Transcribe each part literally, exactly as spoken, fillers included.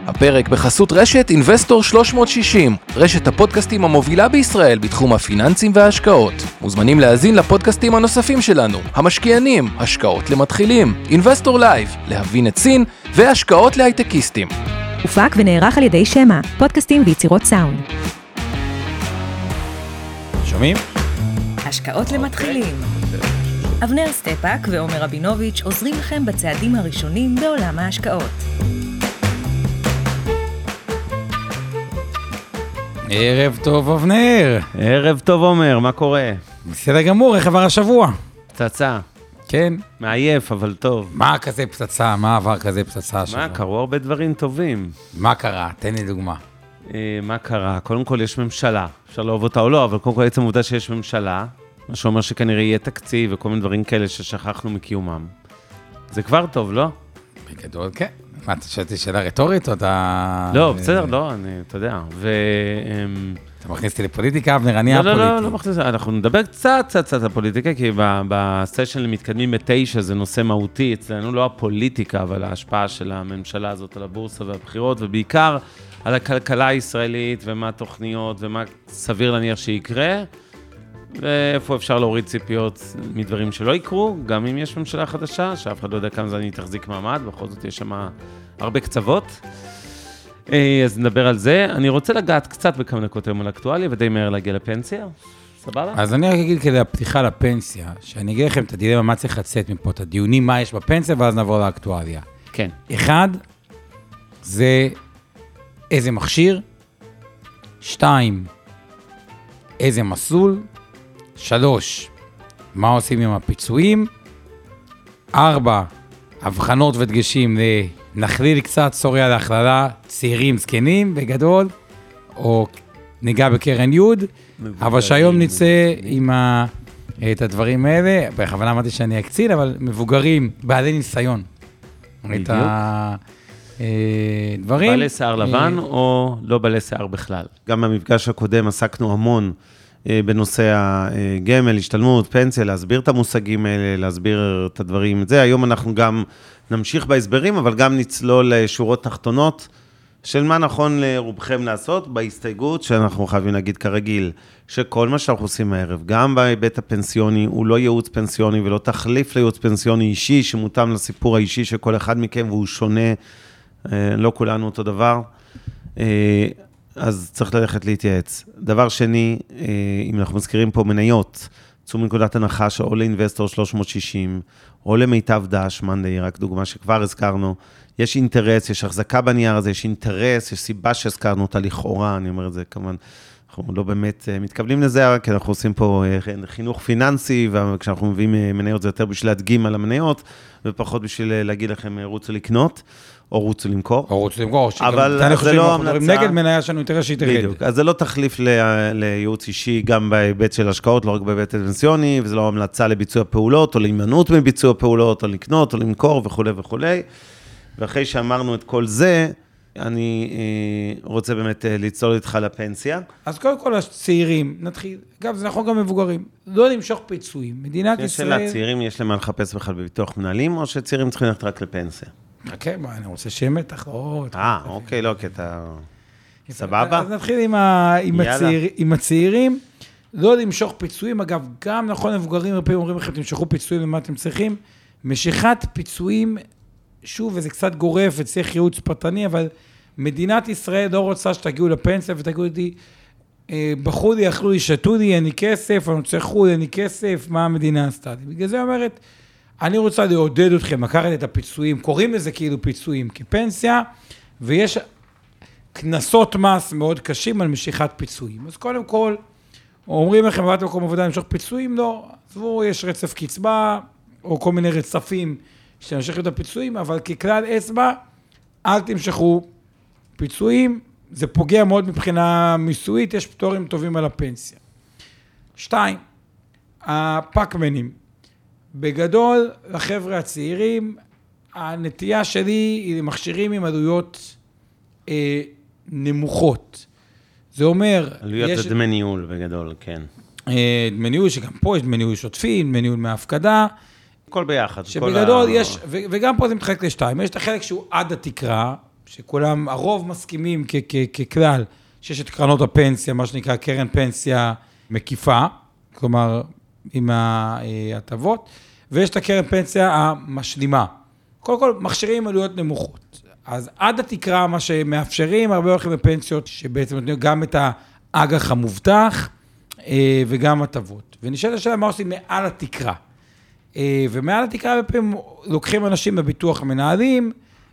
הפרק בחסות רשת אינבסטור שלוש מאות שישים, רשת הפודקאסטים המובילה בישראל בתחום הפיננסים וההשקעות. מוזמנים להאזין לפודקאסטים הנוספים שלנו, המשקיענים, השקעות למתחילים, אינבסטור לייב, להבין את סין והשקעות להייטקיסטים. הופק ונערך על ידי שמה, פודקאסטים ויצירות סאונד. שומעים? השקעות למתחילים. אבנר סטפאק ועומר רבינוביץ' עוזרים לכם בצעדים הראשונים בעולם ההשקעות. ערב טוב אבנר. ערב טוב עומר, מה קורה? בסדר גמור, איך עבר השבוע? פצצה. כן. מעייף, אבל טוב. מה כזה פצצה? מה עבר כזה פצצה השבוע? מה, קרו הרבה דברים טובים. מה קרה? תן לי דוגמה. אה, מה קרה? קודם כל יש ממשלה. אפשר לאהוב אותה או לא, אבל קודם כל עצם העובדה שיש ממשלה, מה שאומר שכנראה יהיה תקציב וכל מיני דברים כאלה ששכחנו מקיומם. זה כבר טוב, לא? בגדול, כן. מה, אתה שואלתי שאלה רטורית או אתה... לא, בסדר, לא, אני, אתה יודע. ו... אתה מכניס אותי לפוליטיקה, אבנר, אני לא, הפוליטי. לא, לא, לא מכניס, אנחנו נדבר קצת, קצת, קצת על פוליטיקה, כי בסשן למתקדמים בתשע זה נושא מהותי, אצלנו לא הפוליטיקה, אבל ההשפעה של הממשלה הזאת על הבורסה והבחירות, ובעיקר על הכלכלה הישראלית, ומה התוכניות, ומה סביר להניח שיקרה, ואיפה אפשר להוריד ציפיות מדברים שלא יקרו, גם אם יש ממשלה חדשה, שאף אחד לא יודע כמה זה אני תחזיק מעמד, בכל זאת יש שם הרבה קצוות. אז נדבר על זה. אני רוצה לגעת קצת בכמה נקות היום על אקטואליה, ודי מהר להגיע לפנסיה. סבבה? אז אני רק אגיד כדי הפתיחה לפנסיה, שאני אגיד לכם את הדילמה מה צריך לצאת מפה, את הדיונים מה יש בפנסיה, ואז נעבור לאקטואליה. כן. אחד, זה איזה מכשיר. שתיים, איזה מסלול. שלוש, מה עושים עם הפיצויים. ארבע, הבחנות ודגשים נכליל קצת, סוריה להכללה, צעירים, זקנים, בגדול, או ניגע בקרן יוד, אבל שהיום נצא עם ה... את הדברים האלה, בכוונה אמרתי שאני אקצין, אבל מבוגרים, בעלי ניסיון. את הדברים. בעלי שיער לבן או לא בעלי שיער בכלל. גם במפגש הקודם עסקנו המון בנושא הגמל, השתלמות, פנסיה, להסביר את המושגים האלה, להסביר את הדברים. את זה, היום אנחנו גם נמשיך בהסברים, אבל גם נצלול לשורות תחתונות, של מה נכון לרובכם לעשות, בהסתייגות שאנחנו חייבים להגיד כרגיל, שכל מה שאנחנו עושים הערב, גם בהיבט הפנסיוני, הוא לא ייעוץ פנסיוני, ולא תחליף לייעוץ פנסיוני אישי, שמותאם לסיפור האישי של כל אחד מכם, והוא שונה, לא כולנו אותו דבר. אז צריך ללכת להתייעץ. דבר שני, אם אנחנו מזכירים פה מניות, צאו מנקודת הנחה או לאינבסטור שלוש מאות שישים, או למיטב דש, מנדי, רק דוגמה שכבר הזכרנו, יש אינטרס, יש החזקה בנייר הזה, יש אינטרס, יש סיבה שהזכרנו אותה לכאורה, אני אומר את זה כמובן, אנחנו לא באמת מתכוונים לזה, כי אנחנו עושים פה חינוך פיננסי, וכשאנחנו מביאים מניות זה יותר בשביל להדגים על המניות, ופחות בשביל להגיד לכם רוצו לקנות, או רוצו למכור. או רוצו למכור, אבל זה לא המלצה. נגד מניה שלנו אינטרס שהיא תרד. בדיוק, אז זה לא תחליף לייעוץ אישי, גם בהיבט של השקעות, לא רק בהיבט פנסיוני, וזה לא המלצה לביצוע פעולות, או להימנעות מביצוע פעולות, או לקנות, או למכור, וכו' וכו'. ואחרי שאמרנו את כל זה, אני רוצה באמת לצלול איתך לפנסיה. אז קודם כל הצעירים, נתחיל, אגב, זה נכון גם מבוגרים, לא למשוך פיצויים. מדינת ישראל... יש צעירים, יש להם מה לחפש בכלל בביטוח מנהלים, או שצעירים צריכים ללכת רק לפנסיה? אוקיי, מה, אני רוצה שיהיה מתח, לא... אה, אוקיי, לא, כי אתה... סבבה? אז נתחיל עם הצעירים, לא למשוך פיצויים, אגב, גם נכון מבוגרים, הרבה אומרים לכם, תמשכו פיצויים למה אתם צריכים, משיכת פיצויים, שוב, וזה קצת גורף, וצריך ייעוץ פרטני, אבל מדינת ישראל לא רוצה שתגיעו לפנסיה, ותגידו לי, בחרו לי, אכלו לי, שתו לי, אני כסף, אני רוצה חול, אני כסף, מה המדינה עשתה לי? בגלל זה אומרת, אני רוצה לעודד אתכם, לקחת את הפיצויים, קוראים לזה כאילו פיצויים כפנסיה, ויש כנסות מס מאוד קשים על משיכת פיצויים. אז קודם כל, אומרים לכם, באת מקום עבודה למשוך פיצויים? לא, עזבו, יש רצף קצבה, או כל מיני רצפים שנמשכו את הפיצויים, אבל ככלל אצבע, אל תמשכו פיצויים, זה פוגע מאוד מבחינה מיסויית, יש פטורים טובים על הפנסיה. שתיים, הפאקמנים. בגדול, לחבר'ה הצעירים, הנטייה שלי היא למכשירים עם עלויות אה, נמוכות. זה אומר... עלויות יש... דמי ניהול בגדול, כן. אה, דמי ניהול, שגם פה יש דמי ניהול שוטפים, דמי ניהול מהפקדה. כל ביחד. שבגדול כל יש, ה... ו- וגם פה זה מתחלק לשתיים. יש את החלק שהוא עד התקרה, שכולם, הרוב מסכימים כ- כ- ככלל, שיש את קרנות הפנסיה, מה שנקרא קרן פנסיה מקיפה, כלומר, עם ההטבות, ויש את הקרן פנסיה המשלימה. קודם כל, מכשירים עלויות נמוכות. אז עד התקרה, מה שמאפשרים, הרבה הולכים בפנסיות, שבעצם נותנים גם את האג"ח המובטח, וגם הטבות. ונשאלת השאלה, מה עושים מעל התקרה? ומעל התקרה, בפעמים לוקחים אנשים בביטוח המנהלים,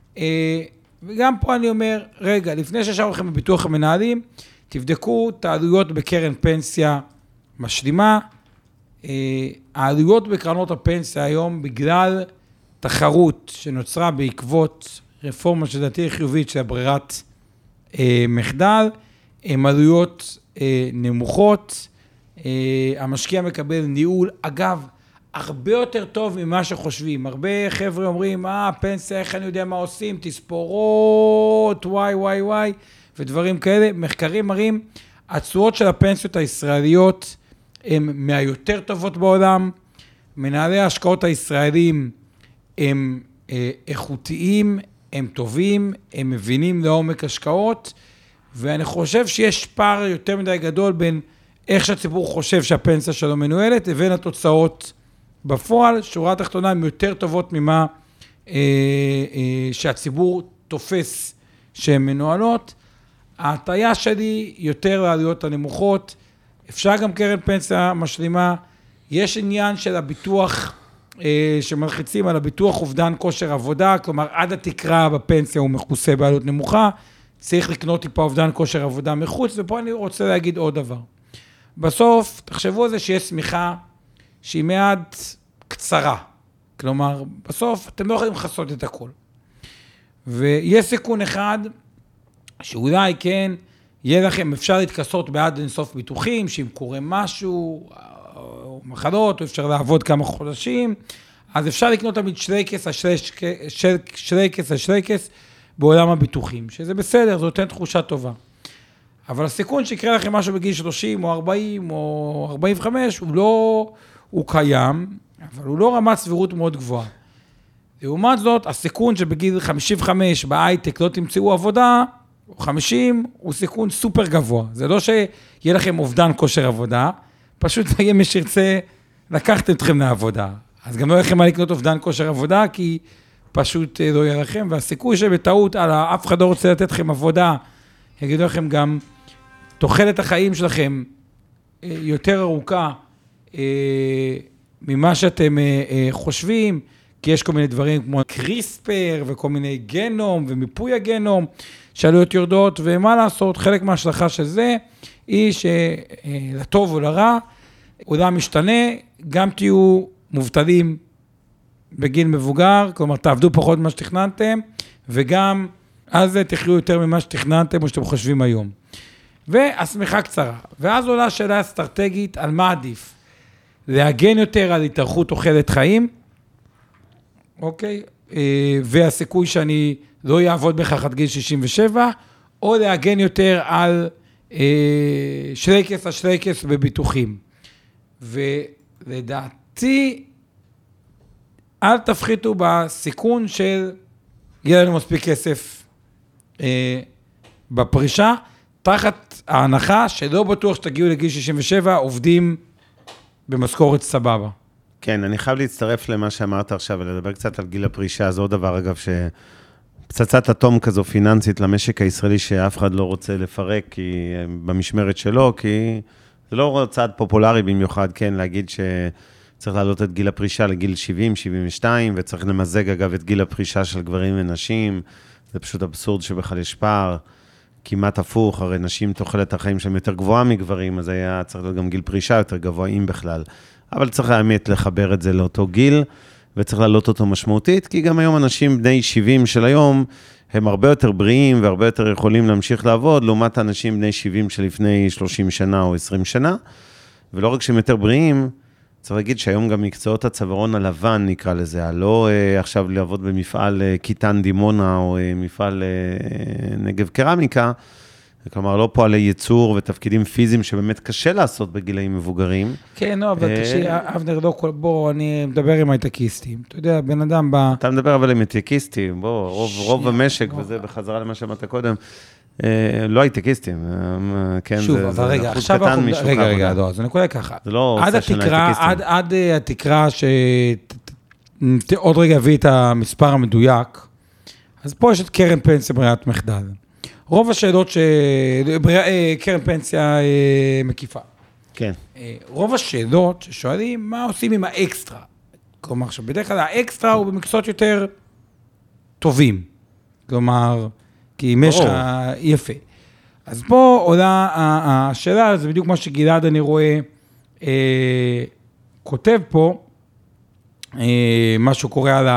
וגם פה אני אומר, רגע, לפני ששאר הולכים בביטוח המנהלים, תבדקו את העלויות בקרן פנסיה משלימה. העלויות בקרנות הפנסיה היום, בגלל תחרות שנוצרה בעקבות רפורמה שדעתי חיובית של הברירת מחדל, הן עלויות נמוכות. המשקיע מקבל ניהול, אגב, הרבה יותר טוב ממה שחושבים. הרבה חבר'ה אומרים, אה, פנסיה, איך אני יודע מה עושים, תספורות, וואי, וואי, וואי, ודברים כאלה. מחקרים מראים, התשואות של הפנסיות הישראליות הן מהיותר טובות בעולם. מנהלי ההשקעות הישראלים הם אה, איכותיים, הם טובים, הם מבינים לעומק השקעות, ואני חושב שיש פער יותר מדי גדול בין איך שהציבור חושב שהפנסיה שלו מנוהלת, לבין התוצאות בפועל. שורה תחתונה הן יותר טובות ממה אה, אה, שהציבור תופס שהן מנוהלות. ההטעיה שלי יותר לעלויות הנמוכות, אפשר גם קרן פנסיה משלימה, יש עניין של הביטוח, אה, שמלחיצים על הביטוח אובדן כושר עבודה, כלומר עד התקרה בפנסיה הוא מכוסה בעלות נמוכה, צריך לקנות טיפה אובדן כושר עבודה מחוץ, ופה אני רוצה להגיד עוד דבר. בסוף, תחשבו על זה שיש צמיחה שהיא מעט קצרה. כלומר, בסוף אתם לא יכולים לחסות את הכל. ויש סיכון אחד, שאולי כן, יהיה לכם, אפשר להתכסות בעד אינסוף ביטוחים, שאם קורה משהו, או מחלות, או אפשר לעבוד כמה חודשים, אז אפשר לקנות תמיד שלייקס, שלייקס, שלייקס, בעולם הביטוחים, שזה בסדר, זה נותן תחושה טובה. אבל הסיכון שיקרה לכם משהו בגיל שלושים או ארבעים או ארבעים וחמש, הוא לא, הוא קיים, אבל הוא לא רמת סבירות מאוד גבוהה. לעומת זאת, הסיכון שבגיל חמישים וחמש בהייטק לא תמצאו עבודה, או חמישים, הוא סיכון סופר גבוה. זה לא שיהיה לכם אובדן כושר עבודה, פשוט יהיה מי שירצה לקחת אתכם לעבודה. אז גם לא יהיה לכם מה לקנות אובדן כושר עבודה, כי פשוט לא יהיה לכם, והסיכוי שבטעות, על אף אחד לא רוצה לתת לכם עבודה, יגידו לכם גם, תוחלת החיים שלכם יותר ארוכה ממה שאתם חושבים, כי יש כל מיני דברים כמו קריספר וכל מיני גנום ומיפוי הגנום, שעלויות יורדות, ומה לעשות, חלק מההשלכה של זה, היא שלטוב או לרע, עולם משתנה, גם תהיו מובטלים בגיל מבוגר, כלומר תעבדו פחות ממה שתכננתם, וגם אז תחיו יותר ממה שתכננתם או שאתם חושבים היום. והסמיכה קצרה, ואז עולה שאלה אסטרטגית על מה עדיף, להגן יותר על התארכות תוחלת חיים, אוקיי, והסיכוי שאני לא יעבוד בכך עד גיל שישים ושבע, או להגן יותר על שלייקס השלייקס בביטוחים. ולדעתי, אל תפחיתו בסיכון של יהיה לנו מספיק כסף אה, בפרישה, תחת ההנחה שלא בטוח שתגיעו לגיל שישים ושבע, עובדים במשכורת סבבה. כן, אני חייב להצטרף למה שאמרת עכשיו, ולדבר קצת על גיל הפרישה, זה עוד דבר אגב שפצצת אטום כזו פיננסית למשק הישראלי, שאף אחד לא רוצה לפרק כי, במשמרת שלו, כי זה לא צעד פופולרי במיוחד, כן, להגיד ש... צריך להעלות את גיל הפרישה לגיל שבעים, שבעים ושתיים, וצריך למזג אגב את גיל הפרישה של גברים ונשים, זה פשוט אבסורד שבכלל יש פער, כמעט הפוך, הרי נשים תוחלת החיים שהם יותר גבוהה מגברים, אז היה צריך להיות גם גיל פרישה יותר גבוה, אם בכלל. אבל צריך האמת לחבר את זה לאותו גיל, וצריך להעלות אותו משמעותית, כי גם היום אנשים בני שבעים של היום, הם הרבה יותר בריאים, והרבה יותר יכולים להמשיך לעבוד, לעומת האנשים בני שבעים שלפני שלושים שנה או עשרים שנה, ולא רק שהם יותר בריאים, צריך להגיד שהיום גם מקצועות הצווארון הלבן נקרא לזה, לא אה, עכשיו לעבוד במפעל אה, קיטן דימונה או אה, מפעל אה, נגב קרמיקה, כלומר, לא פועלי ייצור ותפקידים פיזיים שבאמת קשה לעשות בגילאים מבוגרים. כן, לא, אבל תקשיב, אבנר, לא כל... בוא, אני מדבר עם הייטקיסטים. אתה יודע, בן אדם בא... אתה מדבר אבל עם הייטקיסטים, בוא, רוב המשק, וזה בחזרה למה שאמרת קודם, לא הייטקיסטים, כן, זה אחוז קטן משוק העבודה. רגע, רגע, לא, אז אני קורא ככה. זה לא עושה של הייטקיסטים. עד התקרה ש... עוד רגע הביא את המספר המדויק, אז פה יש את קרן פנסיה ברירת מחדל. רוב השאלות ש... קרן פנסיה מקיפה. כן. רוב השאלות ששואלים, מה עושים עם האקסטרה? כלומר, שבדרך כלל האקסטרה הוא במקצועות יותר טובים. כלומר, כי אם יש לך יפה. אז פה עולה השאלה, זה בדיוק מה שגלעד אני רואה, אה, כותב פה, אה, משהו קורא על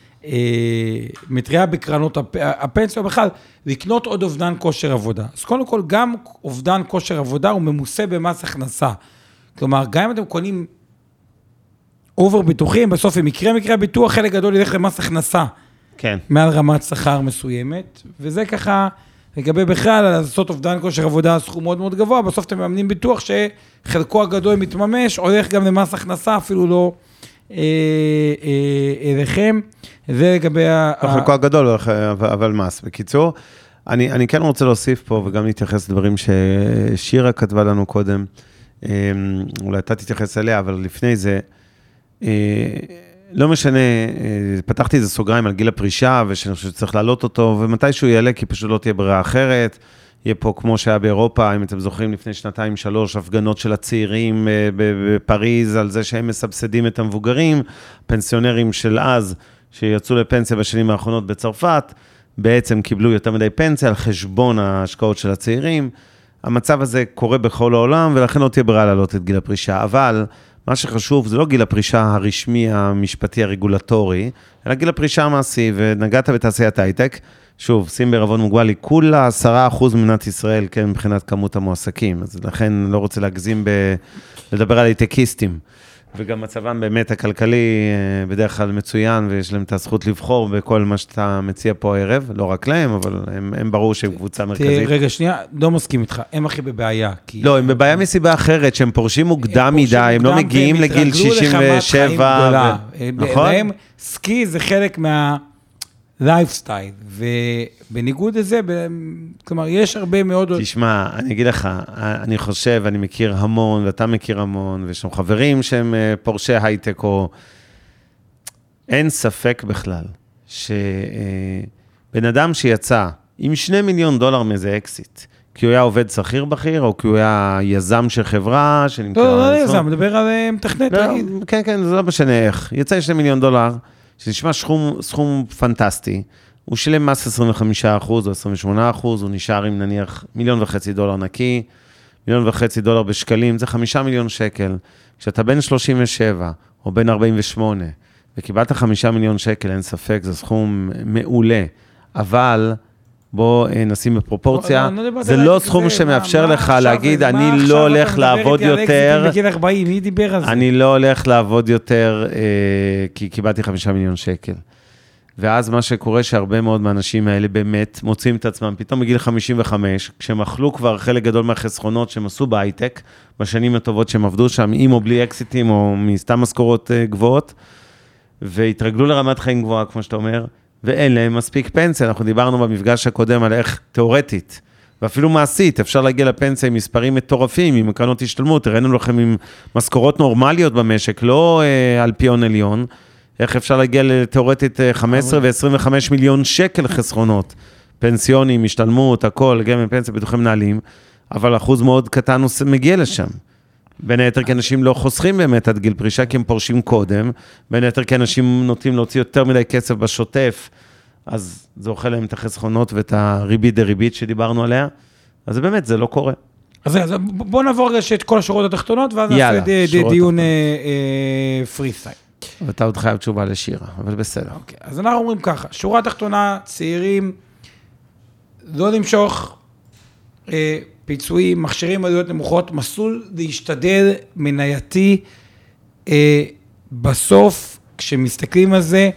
המטריה בקרנות הפנסיה, בכלל, לקנות עוד אובדן כושר עבודה. אז קודם כל, גם אובדן כושר עבודה הוא ממוסה במס הכנסה. כלומר, גם אם אתם קונים אובר ביטוחים, בסוף אם יקרה מקרה ביטוח, חלק גדול ילך למס הכנסה. כן. מעל רמת שכר מסוימת, וזה ככה, לגבי בכלל, לעשות אובדן כושר עבודה, סכום מאוד מאוד גבוה, בסוף אתם מאמנים ביטוח שחלקו הגדול מתממש, הולך גם למס הכנסה, אפילו לא אה, אה, אליכם. זה לגבי ה... חלקו הגדול, אבל מס. בקיצור, אני, אני כן רוצה להוסיף פה, וגם להתייחס לדברים ששירה כתבה לנו קודם, אה, אולי אתה תתייחס אליה, אבל לפני זה, אה, לא משנה, פתחתי איזה סוגריים על גיל הפרישה, ושאני חושב שצריך להעלות אותו, ומתי שהוא יעלה, כי פשוט לא תהיה ברירה אחרת, יהיה פה כמו שהיה באירופה, אם אתם זוכרים לפני שנתיים, שלוש, הפגנות של הצעירים בפריז, על זה שהם מסבסדים את המבוגרים, פנסיונרים של אז, שיצאו לפנסיה בשנים האחרונות בצרפת, בעצם קיבלו יותר מדי פנסיה, על חשבון ההשקעות של הצעירים, המצב הזה קורה בכל העולם, ולכן לא תהיה ברירה להעלות את גיל הפרישה, אבל מה שחשוב זה לא גיל הפרישה הרשמי, המשפטי, הרגולטורי, אלא גיל הפרישה המעשי, ונגעת בתעשיית הייטק, שוב, שים בערבון מוגבל, היא כולה עשרה אחוז ממדינת ישראל, כן, מבחינת כמות המועסקים, אז לכן לא רוצה להגזים ב... לדבר על הייטקיסטים, וגם מצבם באמת הכלכלי בדרך כלל מצוין, ויש להם את הזכות לבחור בכל מה שאתה מציע פה הערב, לא רק להם, אבל הם, הם ברור שהם קבוצה מרכזית. רגע, שנייה, לא מסכים איתך, הם הכי בבעיה. כי... לא, הם בבעיה מסיבה אחרת, שהם פורשים מוקדם מדי, הם לא מגיעים לגיל שישים ושבע. נכון? להם סקי זה חלק מה... לייפסטייל, ובניגוד לזה, כלומר, יש הרבה מאוד... תשמע, אני אגיד לך, אני חושב, אני מכיר המון, ואתה מכיר המון, ויש שם חברים שהם פורשי הייטק, או... אין ספק בכלל, שבן אדם שיצא עם שני מיליון דולר מאיזה אקסיט, כי הוא היה עובד שכיר בכיר, או כי הוא היה יזם של חברה, שנמכר... לא, לא, לא יזם, מדבר על מתכנת, תגיד. כן, כן, זה לא משנה איך. יצא עם שני מיליון דולר, שנשמע סכום, סכום פנטסטי, הוא שילם מס עשרים וחמישה אחוז או עשרים ושמונה אחוז, הוא נשאר עם נניח מיליון וחצי דולר נקי, מיליון וחצי דולר בשקלים, זה חמישה מיליון שקל. כשאתה בין שלושים ושבע או בין ארבעים ושמונה, וקיבלת חמישה מיליון שקל, אין ספק, זה סכום מעולה, אבל בוא נשים בפרופורציה, זה לא סכום שמאפשר לך להגיד, אני לא הולך לעבוד יותר, אני לא הולך לעבוד יותר, כי קיבלתי חמישה מיליון שקל. ואז מה שקורה שהרבה מאוד מהאנשים האלה באמת מוצאים את עצמם, פתאום בגיל חמישים וחמש, כשהם אכלו כבר חלק גדול מהחסכונות שהם עשו בהייטק, בשנים הטובות שהם עבדו שם, עם או בלי אקסיטים, או מסתם משכורות גבוהות, והתרגלו לרמת חיים גבוהה, כמו שאתה אומר, ואין להם מספיק פנסיה. אנחנו דיברנו במפגש הקודם על איך תיאורטית, ואפילו מעשית, אפשר להגיע לפנסיה עם מספרים מטורפים, עם קרנות השתלמות, הראינו לכם עם משכורות נורמליות במשק, לא אה, על פיון עליון, איך אפשר להגיע לתיאורטית חמש עשרה ו-עשרים וחמישה מיליון שקל חסכונות, פנסיונים, השתלמות, הכל, גם עם פנסיה ביטוחי מנהלים, אבל אחוז מאוד קטן מגיע לשם. בין היתר כי אנשים לא חוסכים באמת עד גיל פרישה, כי הם פורשים קודם, בין היתר כי אנשים נוטים להוציא יותר מדי כסף בשוטף, אז זה אוכל להם את החסכונות ואת הריבית דריבית שדיברנו עליה, אז באמת זה לא קורה. אז בוא נעבור רגע את כל השורות התחתונות, ואז נעשה דיון פרי סטייל. ואתה עוד חייב תשובה לשירה, אבל בסדר. אוקיי, אז אנחנו אומרים ככה, שורה תחתונה, צעירים, לא למשוך, אה, פיצויים, מכשירים עלויות נמוכות, מסלול להשתדל מנייתי, אה, בסוף, כשמסתכלים על זה,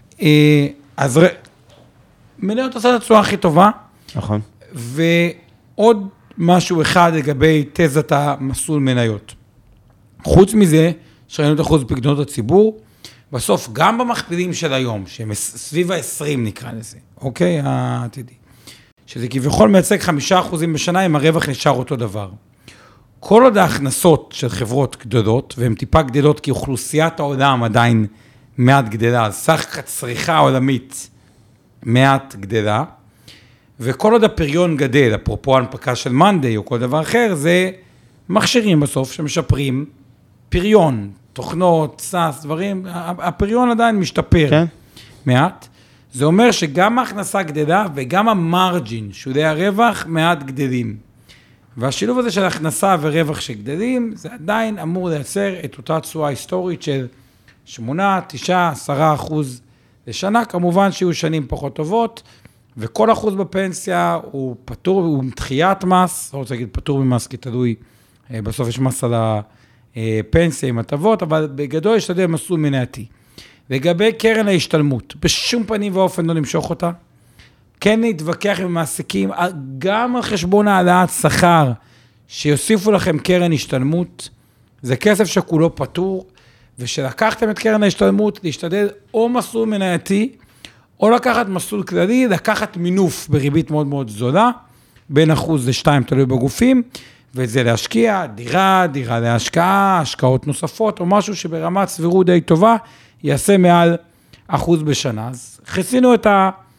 אה, אז ר... מניות עושה את הצורה הכי טובה, נכון. ו... עוד משהו אחד לגבי תזת המסלול מניות. חוץ מזה, שראינו את אחוז פקדונות הציבור, בסוף גם במכפילים של היום, שהם סביב ה-עשרים נקרא לזה, אוקיי? העתידי. שזה כביכול מייצג חמישה אחוזים בשנה, אם הרווח נשאר אותו דבר. כל עוד ההכנסות של חברות גדלות, והן טיפה גדלות כי אוכלוסיית העולם עדיין מעט גדלה, אז סך הצריכה העולמית מעט גדלה, וכל עוד הפריון גדל, אפרופו הנפקה של מנדי או כל דבר אחר, זה מכשירים בסוף שמשפרים פריון, תוכנות, סאס, דברים, הפריון עדיין משתפר כן. מעט. זה אומר שגם ההכנסה גדלה וגם המרג'ין, שולי הרווח, מעט גדלים. והשילוב הזה של הכנסה ורווח שגדלים, זה עדיין אמור לייצר את אותה תשואה היסטורית של שמונה, תשע, עשרה אחוז לשנה, כמובן שיהיו שנים פחות טובות, וכל אחוז בפנסיה הוא פטור, הוא מתחיית מס, לא רוצה להגיד פטור ממס, כי תלוי, בסוף יש מס על הפנסיה עם הטבות, אבל בגדול יש תדע מסלול מנייתי. לגבי קרן ההשתלמות, בשום פנים ואופן לא נמשוך אותה, כן להתווכח עם מעסיקים, גם על חשבון העלאת שכר, שיוסיפו לכם קרן השתלמות, זה כסף שכולו פטור, ושלקחתם את קרן ההשתלמות, להשתדל או מסלול מנייתי, או לקחת מסלול כללי, לקחת מינוף בריבית מאוד מאוד זולה, בין אחוז לשתיים תלוי בגופים, וזה להשקיע, דירה, דירה להשקעה, השקעות נוספות, או משהו שברמת סבירות די טובה, יעשה מעל אחוז בשנה. אז חסינו את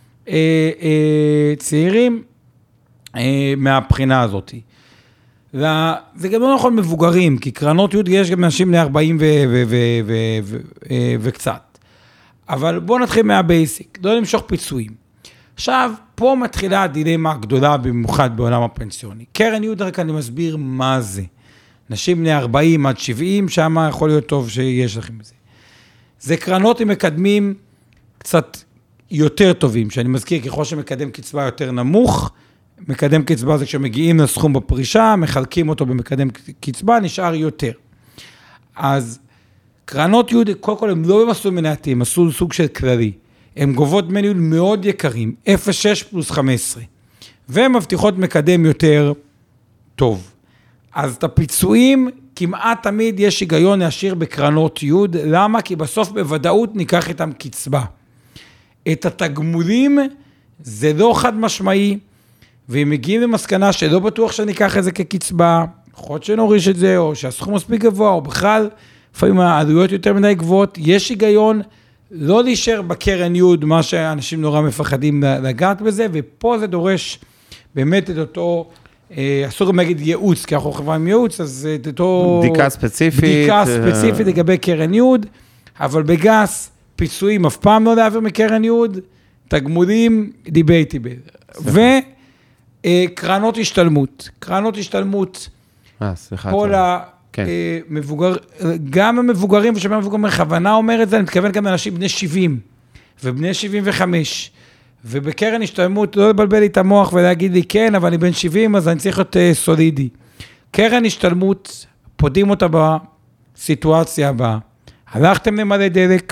הצעירים מהבחינה הזאת. זה גם לא נכון מבוגרים, כי קרנות י' יש גם אנשים ל-ארבעים וקצת. אבל בואו נתחיל מהבייסיק, לא למשוך פיצויים. עכשיו, פה מתחילה הדילמה הגדולה במיוחד בעולם הפנסיוני. קרן י' רק אני מסביר מה זה. נשים ל-ארבעים עד שבעים, שם יכול להיות טוב שיש לכם זה. זה קרנות עם מקדמים קצת יותר טובים, שאני מזכיר ככל שמקדם קצבה יותר נמוך, מקדם קצבה זה כשמגיעים לסכום בפרישה, מחלקים אותו במקדם קצבה, נשאר יותר. אז קרנות י' קודם כל הם לא במסלול מנייתי, הם מסלול סוג של כללי. הם גובות דמי ניהול מאוד יקרים, אפס נקודה שש פלוס חמש עשרה, והן מבטיחות מקדם יותר טוב. אז את הפיצויים כמעט תמיד יש היגיון להשאיר בקרנות י', למה? כי בסוף בוודאות ניקח איתם קצבה. את התגמולים זה לא חד משמעי, והם מגיעים למסקנה שלא בטוח שניקח את זה כקצבה, יכול להיות שנוריש את זה, או שהסכום מספיק גבוה, או בכלל, לפעמים העלויות יותר מדי גבוהות, יש היגיון לא להישאר בקרן י', מה שאנשים נורא מפחדים לגעת בזה, ופה זה דורש באמת את אותו, אסור גם להגיד ייעוץ, כי אנחנו חברה עם ייעוץ, אז את אותו... בדיקה ספציפית. בדיקה ספציפית לגבי קרן י', אבל בגס, פיצויים אף פעם לא להעביר מקרן י', תגמולים, דיבייטיבל. וקרנות השתלמות. קרנות השתלמות, אה, סליחה. כל המבוגר, גם המבוגרים ושבעים המבוגרים, בכוונה אומר את זה, אני מתכוון גם לאנשים בני שבעים, ובני שבעים וחמש, ובקרן השתלמות לא לבלבל לי את המוח ולהגיד לי כן, אבל אני בן שבעים, אז אני צריך להיות סולידי. קרן השתלמות, פודים אותה בסיטואציה הבאה. הלכתם למלא דלק,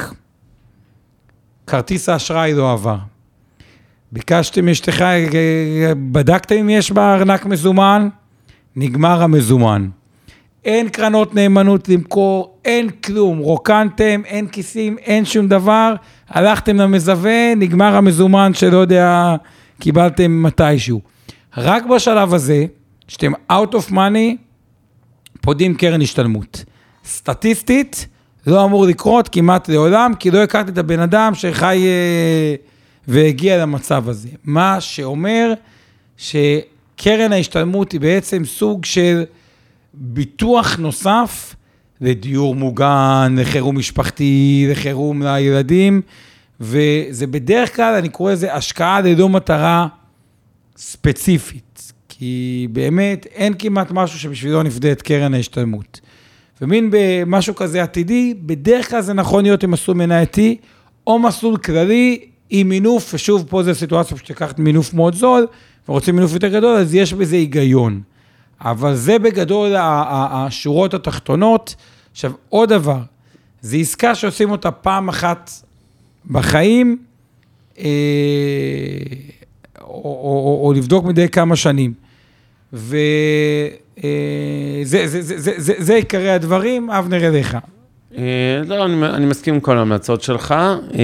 כרטיס האשראי לא עבר. ביקשתם אשתך, בדקתם אם יש בה ארנק מזומן, נגמר המזומן. אין קרנות נאמנות למכור, אין כלום, רוקנתם, אין כיסים, אין שום דבר, הלכתם למזווה, נגמר המזומן שלא יודע, קיבלתם מתישהו. רק בשלב הזה, שאתם out of money, פודים קרן השתלמות. סטטיסטית, לא אמור לקרות כמעט לעולם, כי לא הכרתי את הבן אדם שחי והגיע למצב הזה. מה שאומר שקרן ההשתלמות היא בעצם סוג של ביטוח נוסף לדיור מוגן, לחירום משפחתי, לחירום לילדים, וזה בדרך כלל, אני קורא לזה השקעה ללא מטרה ספציפית, כי באמת אין כמעט משהו שבשבילו נפדה את קרן ההשתלמות. ומין במשהו כזה עתידי, בדרך כלל זה נכון להיות עם מסלול מנייתי, או מסלול כללי עם מינוף, ושוב פה זה סיטואציה שתקחת מינוף מאוד זול, ורוצים מינוף יותר גדול, אז יש בזה היגיון. אבל זה בגדול השורות התחתונות. עכשיו, עוד דבר, זה עסקה שעושים אותה פעם אחת בחיים, או, או, או, או לבדוק מדי כמה שנים. וזה עיקרי הדברים, אבנר אליך. לא, אני מסכים עם כל ההמלצות שלך.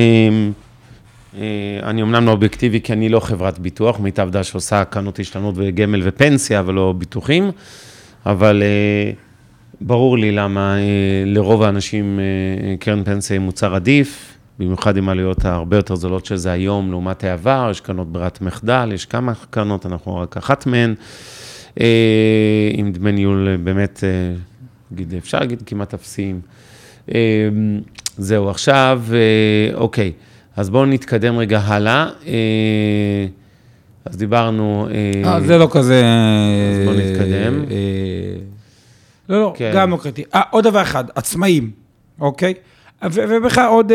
אני אמנם לא אובייקטיבי, כי אני לא חברת ביטוח, מיטב דעה שעושה קרנות השתלמות וגמל ופנסיה, אבל לא ביטוחים, אבל ברור לי למה לרוב האנשים קרן פנסיה היא מוצר עדיף, במיוחד עם עלויות הרבה יותר זולות שזה היום, לעומת העבר, יש קרנות ברירת מחדל, יש כמה קרנות, אנחנו רק אחת מהן, עם דמי ניהול באמת, אפשר להגיד כמעט אפסיים. זהו, עכשיו, אוקיי, אז בואו נתקדם רגע הלאה. אז דיברנו... זה לא כזה... אז בואו נתקדם. לא, לא, גם לא קריטי. עוד דבר אחד, עצמאים, אוקיי? ובכלל עוד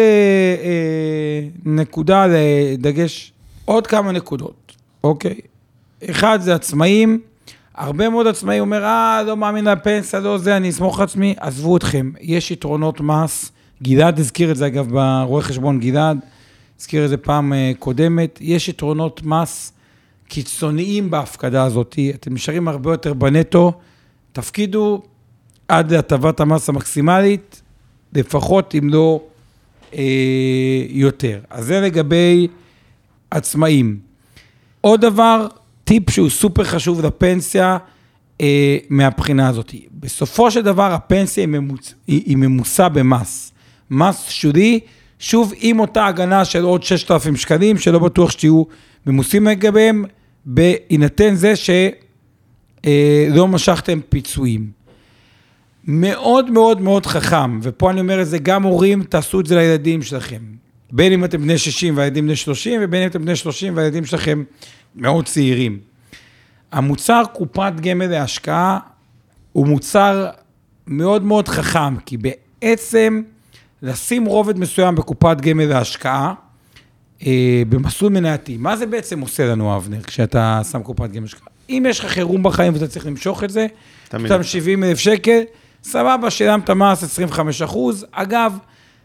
נקודה לדגש, עוד כמה נקודות, אוקיי? אחד זה עצמאים, הרבה מאוד עצמאים אומר, אה, לא מאמין לפנסיה, לא זה, אני אסמוך עצמי, עזבו אתכם, יש יתרונות מס, גלעד הזכיר את זה אגב, ברואה חשבון גלעד, הזכיר את זה פעם קודמת, יש יתרונות מס קיצוניים בהפקדה הזאת, אתם נשארים הרבה יותר בנטו, תפקידו עד להטבת המס המקסימלית, לפחות אם לא אה, יותר. אז זה לגבי עצמאים. עוד דבר, טיפ שהוא סופר חשוב לפנסיה, אה, מהבחינה הזאת. בסופו של דבר, הפנסיה היא, ממוס, היא, היא ממוסה במס. מס שולי, שוב עם אותה הגנה של עוד ששת אלפים שקלים, שלא בטוח שתהיו ממוסים לגביהם, בהינתן זה שלא אה, משכתם פיצויים. מאוד מאוד מאוד חכם, ופה אני אומר את זה, גם הורים, תעשו את זה לילדים שלכם. בין אם אתם בני שישים והילדים בני שלושים, ובין אם אתם בני שלושים והילדים שלכם מאוד צעירים. המוצר קופת גמל להשקעה, הוא מוצר מאוד מאוד חכם, כי בעצם לשים רובד מסוים בקופת גמל להשקעה, אה, במסלול מנייתי. מה זה בעצם עושה לנו, אבנר, כשאתה שם קופת גמל להשקעה? אם יש לך חירום בחיים ואתה צריך למשוך את זה, אתה שבעים אלף שקל, סבבה, שילמת מס עשרים וחמישה אחוז. אגב,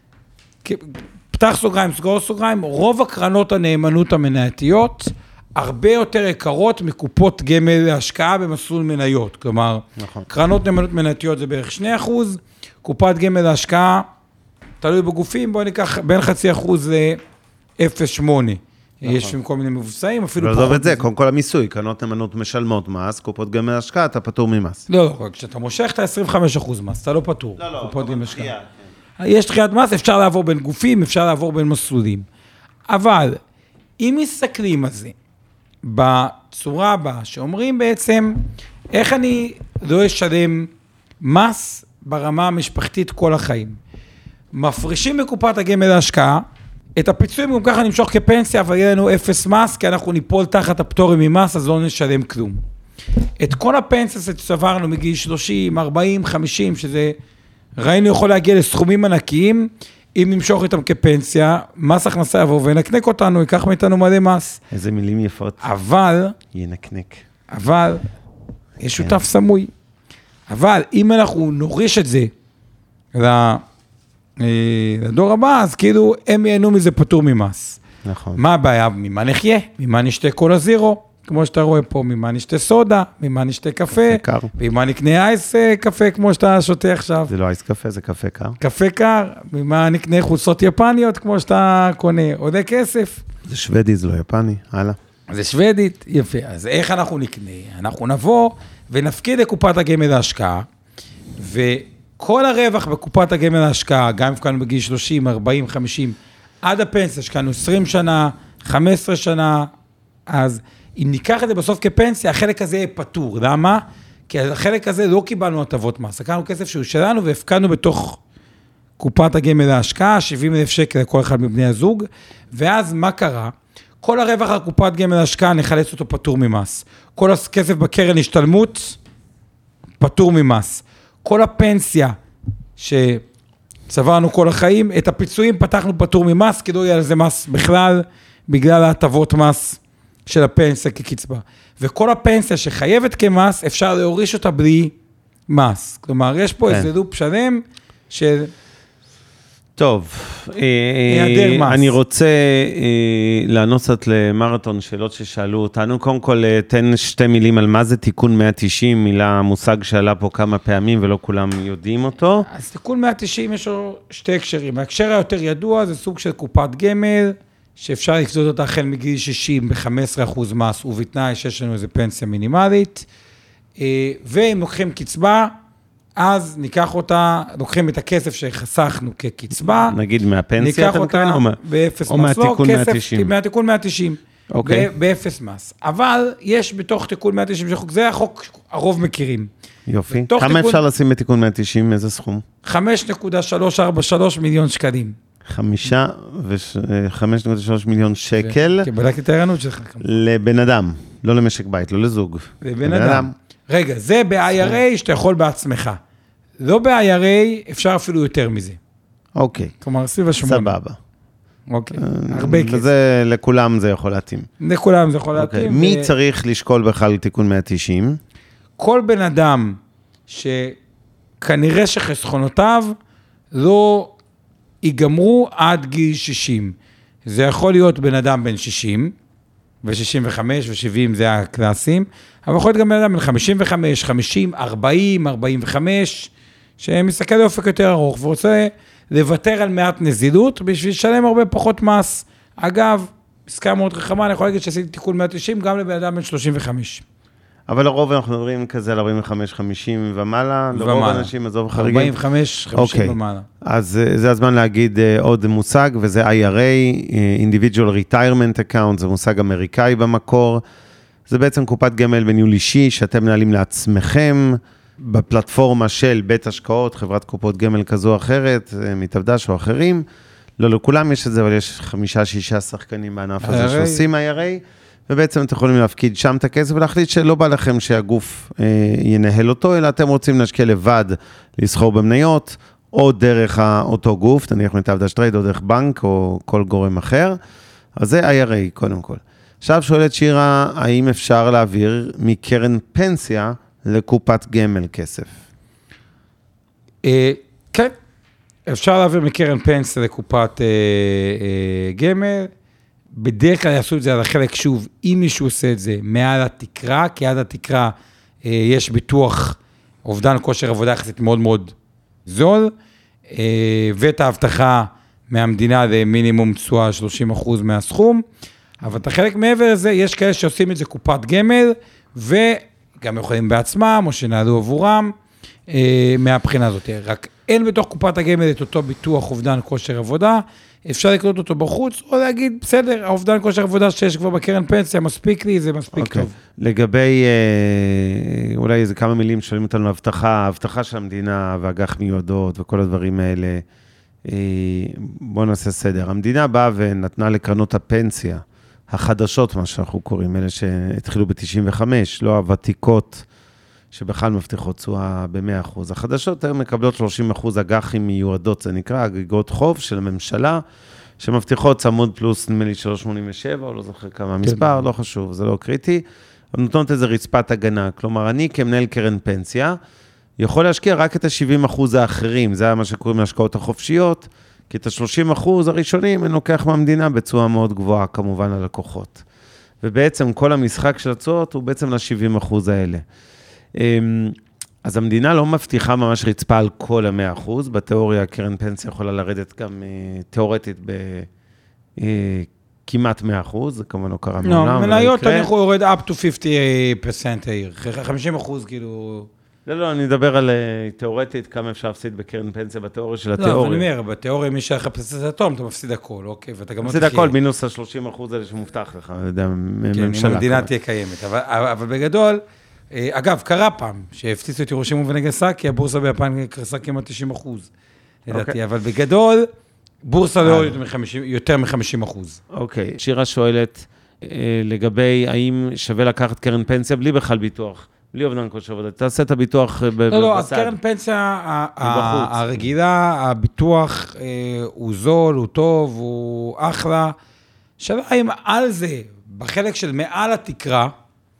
פתח סוגריים, סגור סוגריים, רוב הקרנות הנאמנות המנייתיות, הרבה יותר יקרות מקופות גמל להשקעה במסלול מניות. כלומר, נכון. קרנות נאמנות מנייתיות זה בערך שני אחוז, קופת גמל להשקעה, תלוי בגופים, בואו ניקח בין חצי אחוז ל-אפס נקודה שמונה. נכון. יש כל מיני מבוסעים, אפילו פחות. ולעזוב את זה, קודם כל המיסוי, קרנות נאמנות משלמות מס, קופות גמל להשקעה, אתה פטור ממס. לא, לא, כשאתה מושך את ה-עשרים וחמישה אחוז מס, אתה לא פטור. לא, לא, קופות גמל להשקעה. יש דחיית מס, אפשר לעבור בין גופים, אפשר לעבור בין מסלולים. אבל, אם מסתכלים על זה, בצורה הבאה, שאומרים בעצם, איך אני לא אשלם מס ברמה המשפחתית כל החיים. מפרישים בקופת הגמל להשקעה, את הפיצויים גם ככה נמשוך כפנסיה, אבל יהיה לנו אפס מס, כי אנחנו ניפול תחת הפטורים ממס, אז לא נשלם כלום. את כל הפנסיה שצברנו מגיל שלושים, ארבעים, חמישים, שזה ראינו יכול להגיע לסכומים ענקיים, אם נמשוך איתם כפנסיה, מס הכנסה יבוא ונקנק אותנו, ייקח מאיתנו מלא מס. איזה מילים יפות. אבל, ינקנק. אבל, יש שותף סמוי. אבל אם אנחנו נוריש את זה לדור הבא, אז כאילו הם ייהנו מזה פטור ממס. נכון. מה הבעיה? ממה נחיה? ממה נשתה כל הזירו? כמו שאתה רואה פה, ממה נשתה סודה, ממה נשתה קפה, ממה נקנה אייס קפה, כמו שאתה שותה עכשיו. זה לא אייס קפה, זה קפה קר. קפה קר, ממה נקנה חולצות יפניות, כמו שאתה קונה, עודה כסף. זה שוודי, זה לא יפני, הלאה. זה שוודית, יפה. אז איך אנחנו נקנה? אנחנו נבוא ונפקיד לקופת הגמל להשקעה, וכל הרווח בקופת הגמל להשקעה, גם אם כאן בגיל שלושים, ארבעים, חמישים, עד הפנסיה, שכאנו עשרים שנה, חמש עשרה שנה, אז אם ניקח את זה בסוף כפנסיה, החלק הזה יהיה פטור. למה? כי החלק הזה לא קיבלנו הטבות מס. לקחנו כסף שהוא שלנו והפקדנו בתוך קופת הגמל להשקעה, שבעים אלף שקל לכל אחד מבני הזוג, ואז מה קרה? כל הרווח על קופת גמל להשקעה, נחלץ אותו פטור ממס. כל הכסף בקרן השתלמות, פטור ממס. כל הפנסיה שצברנו כל החיים, את הפיצויים פתחנו פטור ממס, כי לא יהיה לזה מס בכלל, בגלל ההטבות מס של הפנסיה כקצבה. וכל הפנסיה שחייבת כמס, אפשר להוריש אותה בלי מס. כלומר, יש פה איזה לופ שלם של... טוב, אני רוצה לענות קצת למרתון שאלות ששאלו אותנו. קודם כל, תן שתי מילים על מה זה תיקון מאה תשעים, מילה, מושג שעלה פה כמה פעמים ולא כולם יודעים אותו. אז תיקון מאה תשעים יש לו שתי הקשרים. ההקשר היותר ידוע זה סוג של קופת גמל, שאפשר לקזוז אותה החל מגיל שישים ב-חמישה עשר אחוז מס, ובתנאי שיש לנו איזו פנסיה מינימלית. ואם לוקחים קצבה, אז ניקח אותה, לוקחים את הכסף שחסכנו כקצבה. נגיד מהפנסיה, ניקח אותה באפס מס. או מהתיקון מאה תשעים. מהתיקון מאה תשעים. אוקיי. באפס מס. אבל יש בתוך תיקון מאה תשעים, זה החוק הרוב מכירים. יופי. כמה אפשר לשים בתיקון מאה תשעים? איזה סכום? חמש נקודה שלוש ארבע שלוש מיליון שקלים. חמישה וחמש נקודה שלוש מיליון שקל. בדקתי את הערנות שלך. לבן אדם, לא למשק בית, לא לזוג. לבן אדם. רגע, זה ב-איי אר איי שאתה יכול בעצמך. לא ב-איי אר איי, אפשר אפילו יותר מזה. אוקיי. כלומר, סביב השמונה. סבבה. אוקיי, הרבה כסף. וזה, לכולם זה יכול להתאים. לכולם זה יכול להתאים. מי צריך לשקול בכלל תיקון מאה תשעים? כל בן אדם שכנראה שחסכונותיו לא ייגמרו עד גיל שישים. זה יכול להיות בן אדם בן שישים, ו-שישים וחמש ו-שבעים זה הקלאסים, אבל יכול להיות גם בן אדם בן חמישים וחמש, חמישים, ארבעים, ארבעים וחמש, שמסתכל לאופק יותר ארוך, ורוצה לוותר על מעט נזילות, בשביל לשלם הרבה פחות מס. אגב, עסקה מאוד רחמה, אני יכול להגיד שעשיתי תיקון מאה תשעים, גם לבן אדם בן שלושים וחמש. אבל לרוב אנחנו מדברים כזה על ארבעים וחמש חמישים ומעלה, לרוב אנשים עזוב חריגים. ארבעים וחמש חמישים ומעלה. אז זה הזמן להגיד עוד מושג, וזה איי אר איי, Individual Retirement Account, זה מושג אמריקאי במקור. זה בעצם קופת גמל בניהול אישי, שאתם מנהלים לעצמכם, בפלטפורמה של בית השקעות, חברת קופות גמל כזו או אחרת, מתעבדש או אחרים. לא לכולם יש את זה, אבל יש חמישה, שישה שחקנים בענף הזה שעושים איי אר איי, ובעצם אתם יכולים להפקיד שם את הכסף, ולהחליט שלא בא לכם שהגוף אה, ינהל אותו, אלא אתם רוצים להשקיע לבד, לסחור במניות, או דרך אותו גוף, נניח מתעבדש טרייד, או דרך בנק, או כל גורם אחר. אז זה איי אר איי קודם כל. עכשיו שואלת שירה, האם אפשר להעביר מקרן פנסיה לקופת גמל כסף? אה, כן, אפשר להעביר מקרן פנסיה לקופת אה, אה, גמל, בדרך כלל יעשו את זה על החלק, שוב, אם מישהו עושה את זה מעל התקרה, כי עד התקרה אה, יש ביטוח אובדן כושר עבודה יחסית מאוד מאוד זול, אה, ואת ההבטחה מהמדינה למינימום תשואה שלושים אחוז מהסכום, אבל את החלק מעבר לזה, יש כאלה שעושים את זה קופת גמל, וגם יכולים בעצמם, או שנעלו עבורם, אה, מהבחינה הזאת. רק אין בתוך קופת הגמל את אותו ביטוח אובדן כושר עבודה, אפשר לקנות אותו בחוץ, או להגיד, בסדר, האובדן כושר עבודה שיש כבר בקרן פנסיה, מספיק לי, זה מספיק okay. טוב. לגבי, אה, אולי איזה כמה מילים שואלים אותנו, הבטחה, ההבטחה של המדינה, ואג"ח מיועדות, וכל הדברים האלה, אה, בואו נעשה סדר. המדינה באה ונתנה לקרנות הפנסיה, החדשות, מה שאנחנו קוראים, אלה שהתחילו ב-תשעים וחמש, לא הוותיקות, שבכלל מבטיחות תשואה ב-מאה אחוז. החדשות היום מקבלות שלושים אחוז אג"חים מיועדות, זה נקרא אגריגות חוב של הממשלה, שמבטיחות צמוד פלוס, נדמה לי שלוש שמונים ושבע, או לא זוכר כמה מספר, לא חשוב, זה לא קריטי, אבל נותנות איזה רצפת הגנה. כלומר, אני כמנהל קרן פנסיה, יכול להשקיע רק את ה-שבעים אחוז האחרים, זה מה שקוראים להשקעות החופשיות, כי את ה-שלושים אחוז הראשונים אני לוקח מהמדינה בצורה מאוד גבוהה, כמובן ללקוחות. ובעצם כל המשחק של התשואות הוא בעצם ל-שבעים אחוז האלה. אז המדינה לא מבטיחה ממש רצפה על כל ה-מאה אחוז, בתיאוריה קרן פנסיה יכולה לרדת גם תיאורטית בכמעט מאה אחוז, זה כמובן לא קרה מעולם. לא, מניות אני יכול יורד up to חמישים אחוז, חמישים אחוז כאילו... לא, לא, אני אדבר על תיאורטית, כמה אפשר להפסיד בקרן פנסיה בתיאוריה של התיאוריה. לא, אני אומר, בתיאוריה מי שהיה לך פסס אטום, אתה מפסיד הכל, אוקיי, ואתה גם לא תחיה. מפסיד הכל, מינוס ה-שלושים אחוז האלה שמובטח לך, אני יודע, ממשלה. כן, אם המדינה תהיה קיימת, אבל בגדול, אגב, קרה פעם, שהפציצו את ירושימה ונגסקי, הבורסה ביפן קרסה כמעט תשעים אחוז, לדעתי, אבל בגדול, בורסה לא יותר מ-חמישים אחוז. אוקיי, שירה שואלת, לגבי האם שווה לקחת קרן פנסיה בלי בכלל ביטוח, בלי אובדן כושר עבודה, תעשה את הביטוח בצד. לא, לא, אז קרן פנסיה הרגילה, הביטוח הוא זול, הוא טוב, הוא אחלה, שאלה אם על זה, בחלק של מעל התקרה,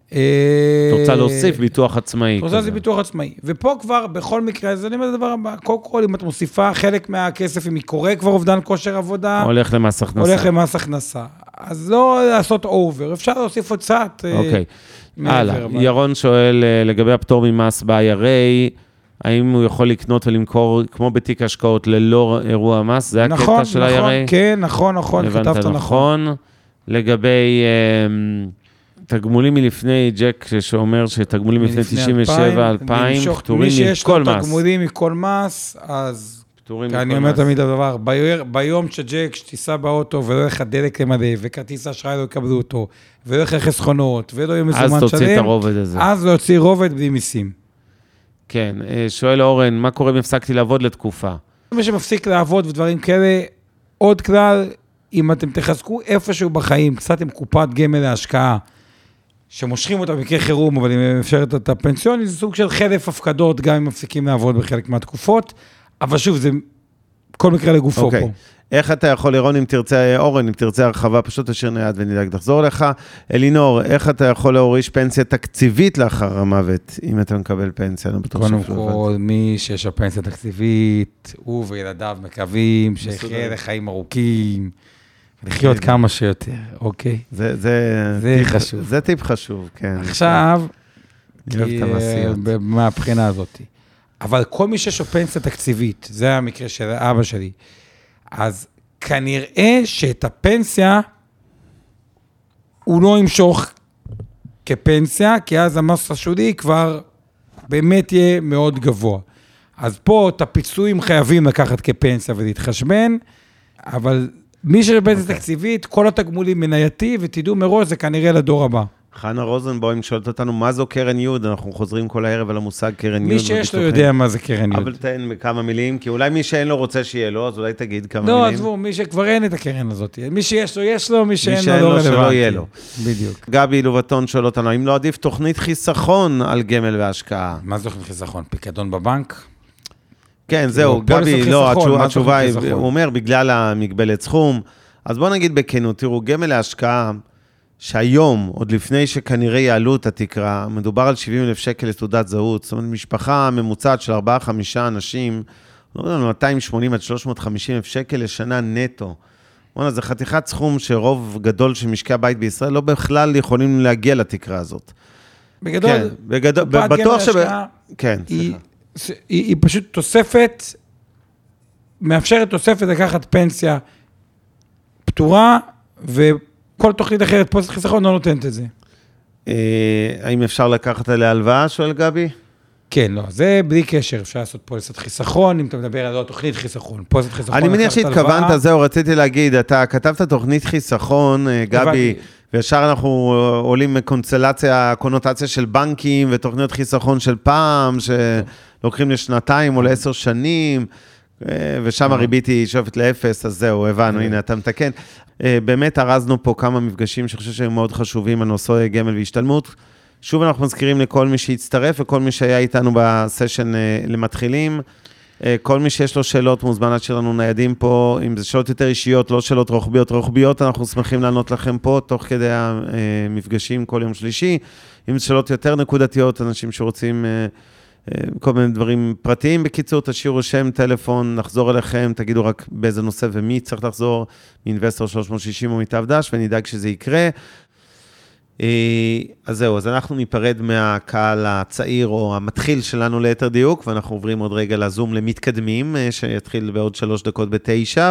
אתה רוצה להוסיף ביטוח עצמאי. אתה רוצה להוסיף ביטוח עצמאי. ופה כבר, בכל מקרה, אז אני אומר את הדבר הבא, קודם כל, אם את מוסיפה חלק מהכסף, אם היא קורא כבר אובדן כושר עבודה, הולך למס הכנסה. הולך למס הכנסה. אז לא לעשות אובר, אפשר להוסיף עוד קצת. אוקיי. הלאה. ירון שואל, לגבי הפטור ממס ב-איי אר איי, האם הוא יכול לקנות ולמכור, כמו בתיק השקעות, ללא אירוע מס? זה הקטע של ה-איי אר איי? נכון, כן, נכון, נכון, כתבת נכון. לגבי תגמולים מלפני, ג'ק שאומר שתגמולים מלפני תשעים ושבע אלפיים, פטורים מכל מס. מי שיש לו תגמולים מכל מס, אז... פטורים מכל מס. אני אומר תמיד הדבר, ביום שג'ק שתיסע באוטו ולא יהיה לך דלק למדע, וכרטיס האשראי לא יקבלו אותו, ולא יהיה לך חסכונות, ולא יהיה מזומן שלם, אז תוציא את הרובד הזה. אז להוציא רובד בלי מיסים. כן, שואל אורן, מה קורה אם הפסקתי לעבוד לתקופה? מי שמפסיק לעבוד ודברים כאלה, עוד כלל, אם אתם תחזקו איפשהו בחיים, קצת עם קופת גמל להשקעה, שמושכים אותה במקרה חירום, אבל אם אפשרת את הפנסיוני, זה סוג של חלף הפקדות, גם אם מפסיקים לעבוד בחלק מהתקופות, אבל שוב, זה כל מקרה לגופו okay. פה. איך אתה יכול לראות אם תרצה, אורן, אם תרצה הרחבה, פשוט תשאיר נייד ונדאג לחזור לך. אלינור, איך אתה יכול להוריש פנסיה תקציבית לאחר המוות, אם אתה מקבל פנסיה? קודם כל, מי שיש לו פנסיה תקציבית, הוא וילדיו מקווים, שיחיה לחיים ארוכים, לחיות כמה שיותר, אוקיי? זה, זה, זה חשוב. זה טיפ חשוב, כן. עכשיו, מהבחינה הזאת. אבל כל מי שיש לו פנסיה תקציבית, זה המקרה של אבא שלי, אז כנראה שאת הפנסיה הוא לא ימשוך כפנסיה, כי אז המס השולי כבר באמת יהיה מאוד גבוה. אז פה את הפיצויים חייבים לקחת כפנסיה ולהתחשבן, אבל מי שיש פנסיה תקציבית, כל התגמולים מנייתי, ותדעו מראש, זה כנראה לדור הבא. חנה רוזנבוים שואלת אותנו, מה זו קרן יוד? אנחנו חוזרים כל הערב על המושג קרן יוד. מי שיש לו יודע מה זה קרן יוד. אבל תן בכמה מילים, כי אולי מי שאין לו רוצה שיהיה לו, אז אולי תגיד כמה מילים. לא, עזבו, מי שכבר אין את הקרן הזאת. מי שיש לו, יש לו, מי שאין לו, לא רלוונטי. שלא יהיה לו. בדיוק. גבי לובטון שואל אותנו, האם לא עדיף תוכנית חיסכון על גמל והשקעה? מה זה תוכנית חיסכון? פיקדון בבנק? כן, זהו, גבי, לא, התשובה היא, הוא אומר, בגלל המגבלת סכום. אז בוא נגיד בכנות, תראו, גמל להשקעה שהיום, עוד לפני שכנראה יעלו את התקרה, מדובר על שבעים אלף שקל לתעודת זהות, זאת אומרת, משפחה ממוצעת של ארבעה חמישה אנשים, מאתיים שמונים עד שלוש מאות וחמישים אלף שקל לשנה נטו. זה חתיכת סכום שרוב גדול של משקי הבית בישראל לא בכלל יכולים להגיע לתקרה הזאת. בגדול, כן, בגדול, בטוח ש... כן, היא, היא, היא פשוט תוספת, מאפשרת תוספת לקחת פנסיה פטורה, ו... כל תוכנית אחרת, פוליסת חיסכון לא נותנת את זה. האם אפשר לקחת עליה הלוואה, שואל גבי? כן, לא, זה בלי קשר, אפשר לעשות פוליסת חיסכון, אם אתה מדבר על תוכנית חיסכון, פוליסת חיסכון. אני מניח שהתכוונת, זהו, רציתי להגיד, אתה כתבת תוכנית חיסכון, גבי, וישר אנחנו עולים מקונסלציה, קונוטציה של בנקים, ותוכניות חיסכון של פעם, שלוקחים לשנתיים או לעשר שנים, ושם הריבית היא שואפת לאפס, אז זהו, הבנו, הנה, אתה מתקן. באמת הרזנו פה כמה מפגשים שאני חושב שהם מאוד חשובים, הנושא גמל והשתלמות. שוב אנחנו מזכירים לכל מי שהצטרף, וכל מי שהיה איתנו בסשן למתחילים. כל מי שיש לו שאלות מוזמן עד שלנו ניידים פה, אם זה שאלות יותר אישיות, לא שאלות רוחביות, רוחביות, אנחנו שמחים לענות לכם פה, תוך כדי המפגשים כל יום שלישי. אם זה שאלות יותר נקודתיות, אנשים שרוצים... כל מיני דברים פרטיים, בקיצור, תשאירו שם, טלפון, נחזור אליכם, תגידו רק באיזה נושא ומי צריך לחזור, מאינבסטור שלוש מאות שישים או מתו דש, ונדאג שזה יקרה. אז זהו, אז אנחנו ניפרד מהקהל הצעיר או המתחיל שלנו ליתר דיוק, ואנחנו עוברים עוד רגע לזום למתקדמים, שיתחיל בעוד שלוש דקות בתשע,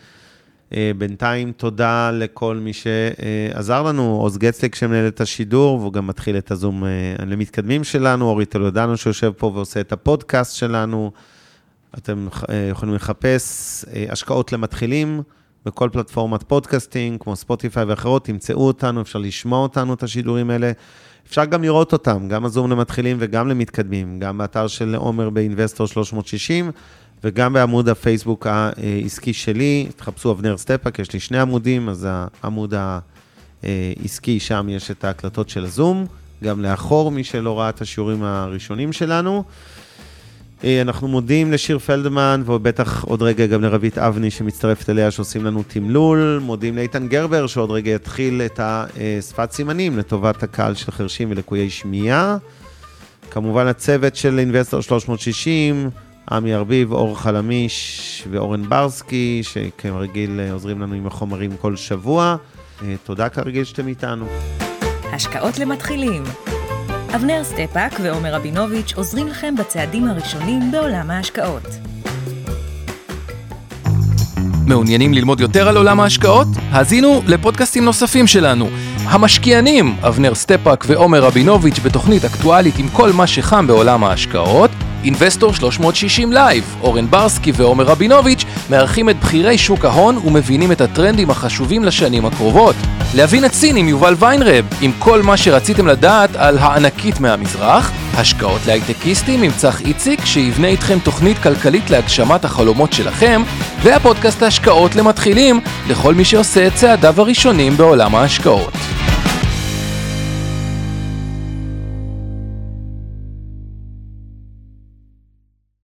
ובינתיים תודה לכל מי שעזר לנו, עוז גצליק שמנהל את השידור, והוא גם מתחיל את הזום למתקדמים שלנו, אורי תולדנו שיושב פה ועושה את הפודקאסט שלנו, אתם יכולים לחפש השקעות למתחילים, בכל פלטפורמת פודקאסטינג, כמו ספוטיפיי ואחרות, תמצאו אותנו, אפשר לשמוע אותנו את השידורים האלה, אפשר גם לראות אותם, גם הזום למתחילים וגם למתקדמים, גם באתר של עומר באינבסטור שלוש מאות שישים, וגם בעמוד הפייסבוק העסקי שלי, תחפשו אבנר סטפאק, יש לי שני עמודים, אז העמוד העסקי, שם יש את ההקלטות של הזום, גם לאחור, מי שלא ראה את השיעורים הראשונים שלנו, אנחנו מודים לשיר פלדמן, ובטח עוד רגע גם לרבית אבני שמצטרפת אליה, שעושים לנו תמלול. מודים לאיתן גרבר, שעוד רגע יתחיל את השפת סימנים לטובת הקהל של חרשים ולקויי שמיעה. כמובן הצוות של אינבסטור שלוש מאות שישים, עמי ארביב, אור חלמיש ואורן ברסקי, שכרגיל עוזרים לנו עם החומרים כל שבוע. תודה כרגיל שאתם איתנו. השקעות למתחילים. אבנר סטפאק ועומר רבינוביץ' עוזרים לכם בצעדים הראשונים בעולם ההשקעות. מעוניינים ללמוד יותר על עולם ההשקעות? האזינו לפודקאסטים נוספים שלנו. המשקיענים, אבנר סטפאק ועומר רבינוביץ' בתוכנית אקטואלית עם כל מה שחם בעולם ההשקעות. אינבסטור שלוש מאות שישים לייב, אורן ברסקי ועומר רבינוביץ' מארחים את בחירי שוק ההון ומבינים את הטרנדים החשובים לשנים הקרובות. להבין את סין עם יובל ויינרב, עם כל מה שרציתם לדעת על הענקית מהמזרח. השקעות להייטקיסטים עם צח איציק, שיבנה איתכם תוכנית כלכלית להגשמת החלומות שלכם. והפודקאסט ההשקעות למתחילים, לכל מי שעושה את צעדיו הראשונים בעולם ההשקעות.